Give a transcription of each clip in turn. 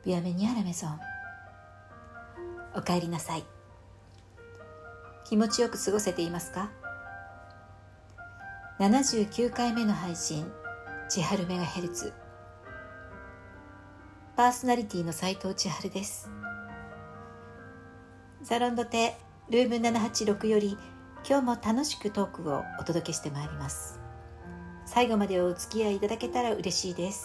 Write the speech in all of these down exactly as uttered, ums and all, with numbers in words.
ビアメニアラメゾン。おかえりなさい。気持ちよく過ごせていますか？ななじゅうきゅうかいめの配信、千春メガヘルツ。パーソナリティの斉藤千春です。サロンドテルームななはちろくより今日も楽しくトークをお届けしてまいります。最後までお付き合いいただけたら嬉しいです。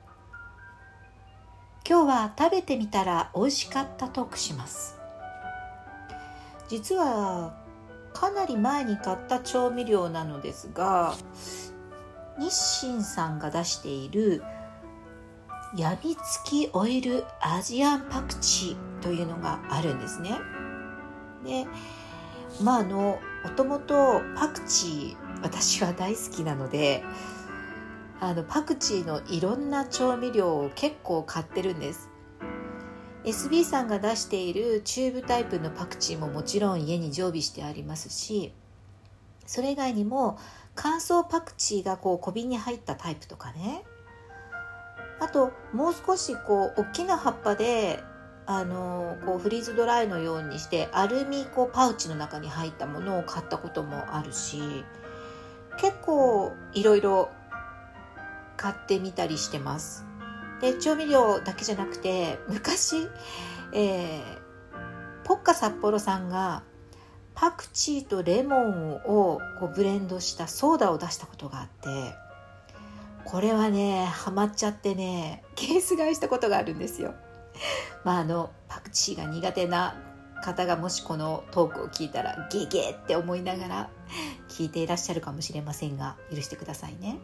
今日は食べてみたら美味しかったトークします。実はかなり前に買った調味料なのですが、日清さんが出しているやみつきオイルアジアンパクチーというのがあるんですね。で、まああのもともとパクチー私は大好きなので、あのパクチーのいろんな調味料を結構買ってるんです。エスビー さんが出しているチューブタイプのパクチーももちろん家に常備してありますし、それ以外にも乾燥パクチーがこう小瓶に入ったタイプとかね、あともう少しこう大きな葉っぱであのこうフリーズドライのようにしてアルミこうパウチの中に入ったものを買ったこともあるし、結構いろいろ買ってみたりしてます。で、調味料だけじゃなくて、昔、えー、ポッカ札幌さんがパクチーとレモンをこうブレンドしたソーダを出したことがあって、これはねハマっちゃってねケース買いしたことがあるんですよ。まああのパクチーが苦手な方がもしこのトークを聞いたらゲゲーって思いながら聞いていらっしゃるかもしれませんが、許してくださいね。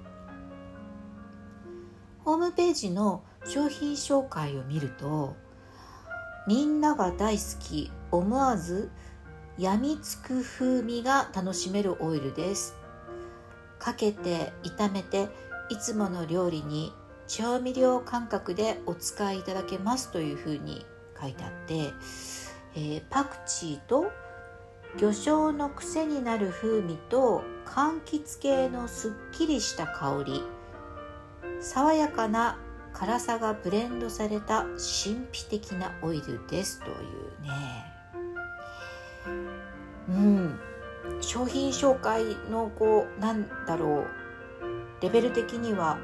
ホームページの商品紹介を見ると、みんなが大好き、思わずやみつく風味が楽しめるオイルです。かけて炒めていつもの料理に調味料感覚でお使いいただけますというふうに書いてあって、えー、パクチーと魚醤の癖になる風味と柑橘系のすっきりした香り、爽やかな辛さがブレンドされた神秘的なオイルですというね、うん、商品紹介のこうなんだろうレベル的には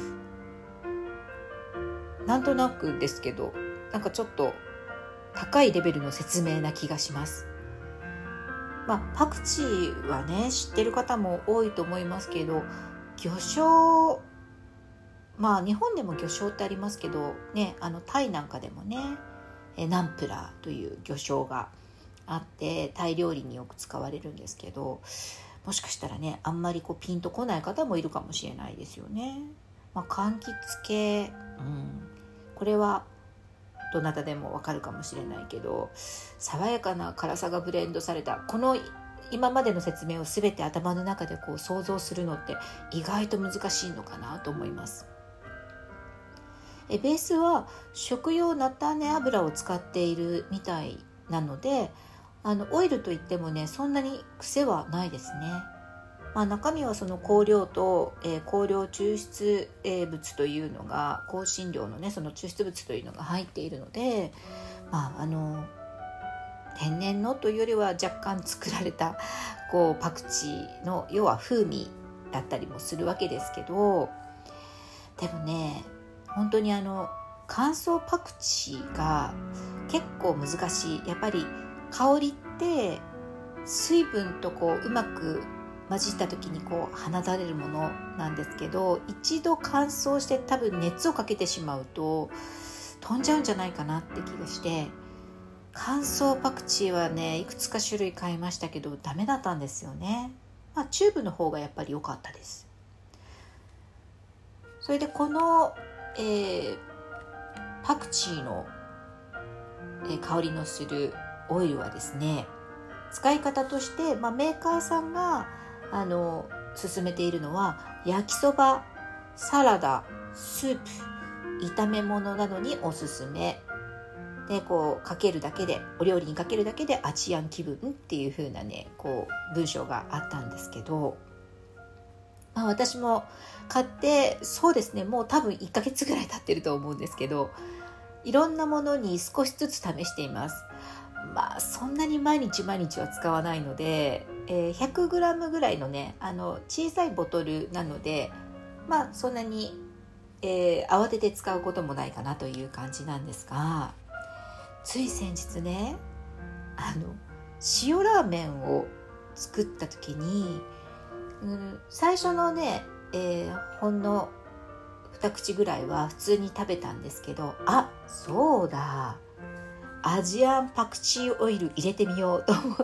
なんとなくですけど、なんかちょっと高いレベルの説明な気がします。まあパクチーはね知ってる方も多いと思いますけど、魚醤、まあ日本でも魚醤ってありますけどね、あのタイなんかでもねえナンプラーという魚醤があってタイ料理によく使われるんですけど、もしかしたらねあんまりこうピンとこない方もいるかもしれないですよね。まあ、柑橘系、うん、これはどなたでもわかるかもしれないけど、爽やかな辛さがブレンドされた、この今までの説明を全て頭の中でこう想像するのって意外と難しいのかなと思います。えベースは食用菜種油を使っているみたいなので、あのオイルといってもねそんなに癖はないですね。まあ、中身はその香料と、えー、香料抽出物というのが香辛料のねその抽出物というのが入っているので、まああの天然のというよりは若干作られたこうパクチーの要は風味だったりもするわけですけど、でもね本当にあの乾燥パクチーが結構難しい。やっぱり香りって水分とこううまく混じった時にこう放たれるものなんですけど、一度乾燥して多分熱をかけてしまうと飛んじゃうんじゃないかなって気がして、乾燥パクチーはねいくつか種類買いましたけどダメだったんですよね。まあチューブの方がやっぱり良かったです。それでこの、えー、パクチーの、えー、香りのするオイルはですね、使い方として、まあ、メーカーさんがあの勧めているのは焼きそば、サラダ、スープ、炒め物などにおすすめで、こうかけるだけでお料理にかけるだけでアジアン気分っていう風なねこう文章があったんですけど、まあ、私も買ってそうですねもう多分いっかげつぐらい経ってると思うんですけど、 いろんなものに少しずつ試しています。まあそんなに毎日毎日は使わないので、えー、ひゃくグラム ぐらいのねあの小さいボトルなので、まあそんなに、えー、慌てて使うこともないかなという感じなんですが、つい先日ねあの塩ラーメンを作った時に、うん、最初のね、えー、ほんの二口ぐらいは普通に食べたんですけど、あ、そうだ、アジアンパクチーオイル入れてみようと思って、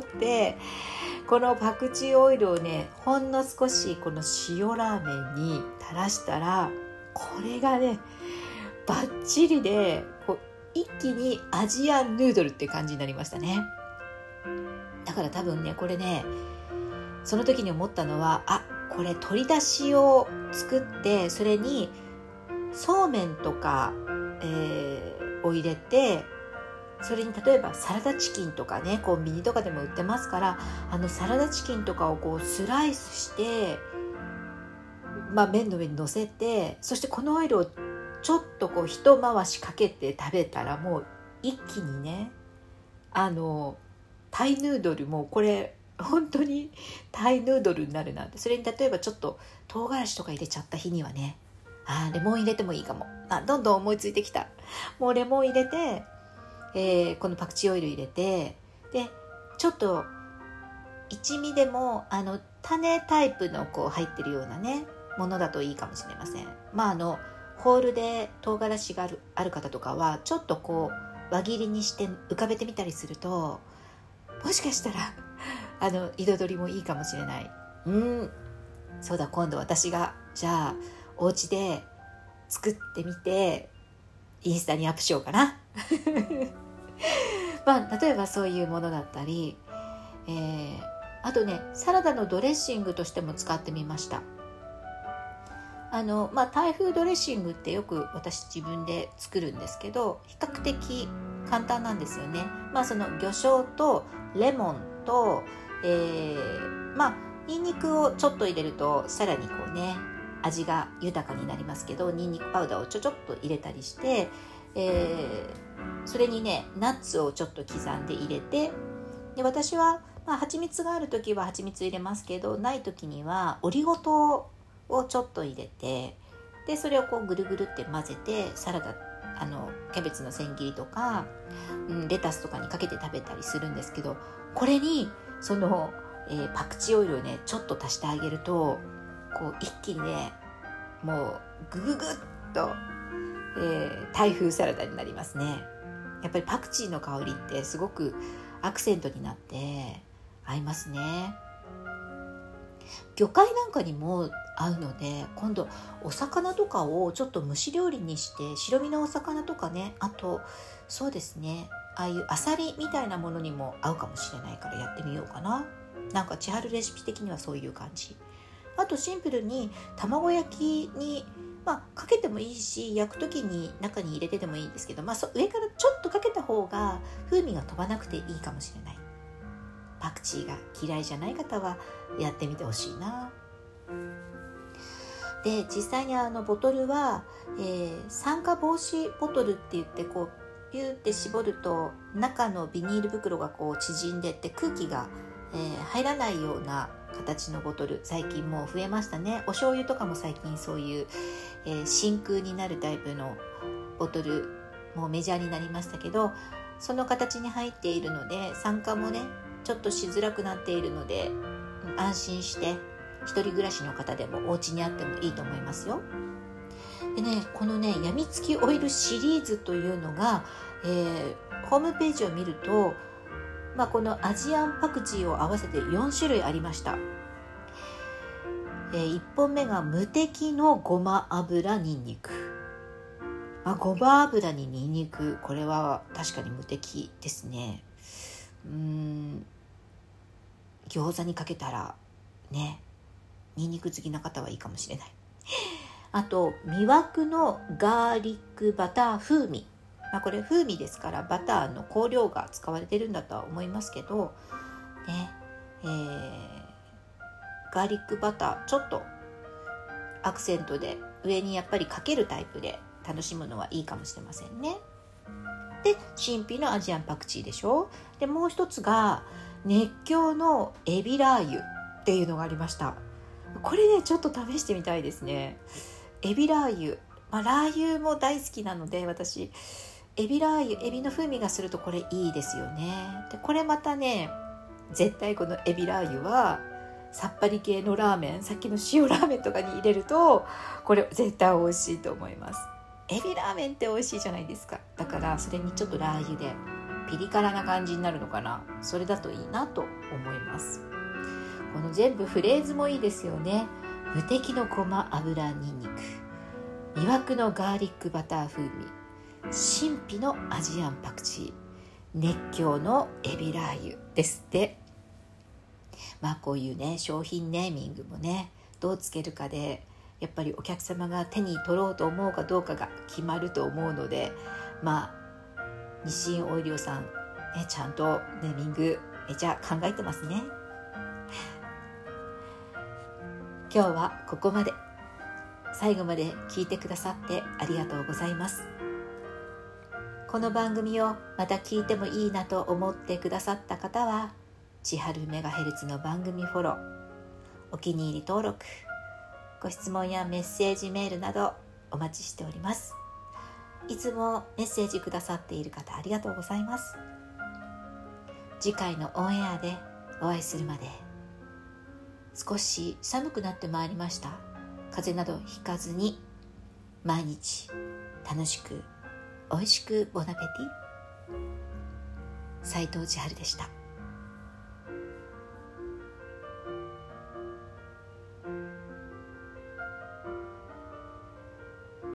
このパクチーオイルをねほんの少しこの塩ラーメンに垂らしたら、これがねバッチリで、こう一気にアジアンヌードルって感じになりましたね。だから多分ねこれね、その時に思ったのは、あ、これ鶏だしを作って、それにそうめんとか、えー、を入れて、それに例えばサラダチキンとかね、こうミニとかでも売ってますから、あのサラダチキンとかをこうスライスして、まあ、麺の上に乗せて、そしてこのオイルをちょっとこう一回しかけて食べたら、もう一気にね、あのタイヌードルもこれ本当にタイヌードルになるなんて。それに例えばちょっと唐辛子とか入れちゃった日にはね、あ、レモン入れてもいいかも。あ、どんどん思いついてきた。もうレモン入れて、えー、このパクチーオイル入れて、でちょっと一味でもあの種タイプのこう入ってるようなねものだといいかもしれません。まああのホールで唐辛子がある、ある方とかはちょっとこう輪切りにして浮かべてみたりすると、もしかしたらあの彩りもいいかもしれない。うん、そうだ、今度私がじゃあお家で作ってみてインスタにアップしようかなまあ例えばそういうものだったり、えー、あとねサラダのドレッシングとしても使ってみました。あの、まあ、タイ風ドレッシングってよく私自分で作るんですけど、比較的簡単なんですよね。まあその魚醤とレモンと、えー、まあニンニクをちょっと入れるとさらにこうね味が豊かになりますけど、ニンニクパウダーをちょちょっと入れたりして、えー、それにねナッツをちょっと刻んで入れて、で私はまあ蜂蜜がある時は蜂蜜入れますけど、ない時にはオリゴ糖をちょっと入れて、でそれをこうぐるぐるって混ぜて、サラダ、あのキャベツの千切りとか、うん、レタスとかにかけて食べたりするんですけど、これにその、えー、パクチーオイルをねちょっと足してあげると、こう一気にねもうグググッと、えー、タイ風サラダになりますね。やっぱりパクチーの香りってすごくアクセントになって合いますね。魚介なんかにも合うので、今度お魚とかをちょっと蒸し料理にして、白身のお魚とかね、あとそうですね、ああいうアサリみたいなものにも合うかもしれないからやってみようかな。なんか千春レシピ的にはそういう感じ。あとシンプルに卵焼きに、まあ、かけてもいいし、焼く時に中に入れてでもいいんですけど、まあ、そ上からちょっとかけた方が風味が飛ばなくていいかもしれない。パクチーが嫌いじゃない方はやってみてほしいな。で実際にあのボトルは、えー、酸化防止ボトルって言って、こうピューって絞ると中のビニール袋がこう縮んでって空気が、えー、入らないような形のボトル、最近もう増えましたね。お醤油とかも最近そういう、えー、真空になるタイプのボトルもメジャーになりましたけど、その形に入っているので酸化もねちょっとしづらくなっているので、安心して一人暮らしの方でもお家にあってもいいと思いますよ。でね、このねやみつきオイルシリーズというのが、えー、ホームページを見ると、まあ、このアジアンパクチーを合わせてよんしゅるいありました。えー、いっぽんめが無敵のごま油にんにく、まあ、ごま油ににんにく、これは確かに無敵ですね。うーん、餃子にかけたらね、にんにく好きな方はいいかもしれない。あと魅惑のガーリックバター風味、まあ、これ風味ですからバターの香料が使われてるんだとは思いますけどね、えー、ガーリックバターちょっとアクセントで上にやっぱりかけるタイプで楽しむのはいいかもしれませんね。 で神秘のアジアンパクチーでしょ。でもう一つが熱狂のエビラー油っていうのがありました。これねちょっと試してみたいですね。エビラー油、まあ、ラー油も大好きなので私エビラー油、エビの風味がするとこれいいですよね。でこれまたね絶対このエビラー油はさっぱり系のラーメン、さっきの塩ラーメンとかに入れるとこれ絶対美味しいと思います。エビラーメンって美味しいじゃないですか。だからそれにちょっとラー油でピリ辛な感じになるのかな。それだといいなと思います。この全部フレーズもいいですよね。無敵のごま油にんにく、魅惑のガーリックバター風味、神秘のアジアンパクチー、熱狂のエビラー油ですって。まあこういうね商品ネーミングもねどうつけるかでやっぱりお客様が手に取ろうと思うかどうかが決まると思うので、まあ日清オイリオさん、ね、ちゃんとネーミングめちゃ考えてますね。今日はここまで。最後まで聞いてくださってありがとうございます。この番組をまた聞いてもいいなと思ってくださった方は千春メガヘルツの番組フォロー、お気に入り登録、ご質問やメッセージメールなどお待ちしております。いつもメッセージくださっている方ありがとうございます。次回のオンエアでお会いするまで。少し寒くなってまいりました。風邪などひかずに毎日楽しくおいしくボナペティ。斉藤千春でした。